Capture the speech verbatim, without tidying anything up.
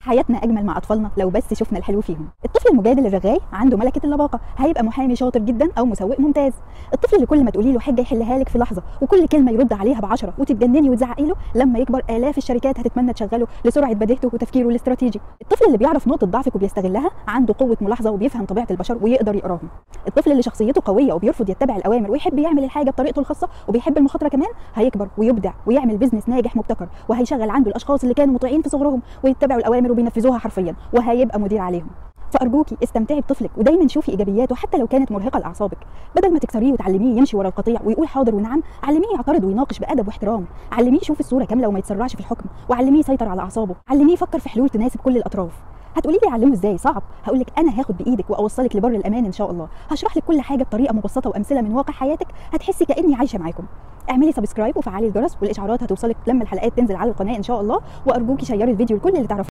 حياتنا اجمل مع اطفالنا لو بس شفنا الحلو فيهم. الطفل المجادل الرغاي عنده ملكه اللباقه، هيبقى محامي شاطر جدا او مسوق ممتاز. الطفل اللي كل ما تقولي له حاجه يحلها لك في لحظه، وكل كلمه يرد عليها بعشرة وتتجنني وتزعقي له، لما يكبر الاف الشركات هتتمنى تشغله لسرعه بديهته وتفكيره الاستراتيجي. الطفل اللي بيعرف نقطه ضعفك وبيستغلها، عنده قوه ملاحظه وبيفهم طبيعه البشر ويقدر يقراهم. الطفل اللي شخصيته قويه وبيرفض يتبع الاوامر ويحب يعمل الحاجه بطريقته الخاصه وبيحب المخاطره كمان، هيكبر ويبدع ويعمل بيزنس ناجح مبتكر، وهيشغل عنده الاشخاص اللي كانوا مطيعين في صغرهم ويتبعوا الاوامر وبينفذوها حرفيا، وهيبقى مدير عليهم. فارجوكي استمتعي بطفلك ودايما شوفي ايجابياته حتى لو كانت مرهقه لاعصابك. بدل ما تكسريه وتعلميه يمشي ورا القطيع ويقول حاضر ونعم، علميه يعترض ويناقش بادب واحترام. علميه يشوف الصوره كامله وما يتسرعش في الحكم، وعلميه يسيطر على اعصابه. علميه يفكر في حلول تناسب كل الاطراف. هتقولي لي اعلمه ازاي؟ صعب. هقول لك انا هاخد بايدك واوصلك لبر الامان ان شاء الله. هشرح لك كل حاجه بطريقه مبسطه وامثله من واقع حياتك، هتحسي كاني عايشه معاكم. اعملي سبسكرايب وفعلي الجرس، والاشعارات هتوصلك لما الحلقات تنزل على القناه ان شاء الله. وارجوكي شيري الفيديو لكل اللي تعرفيه.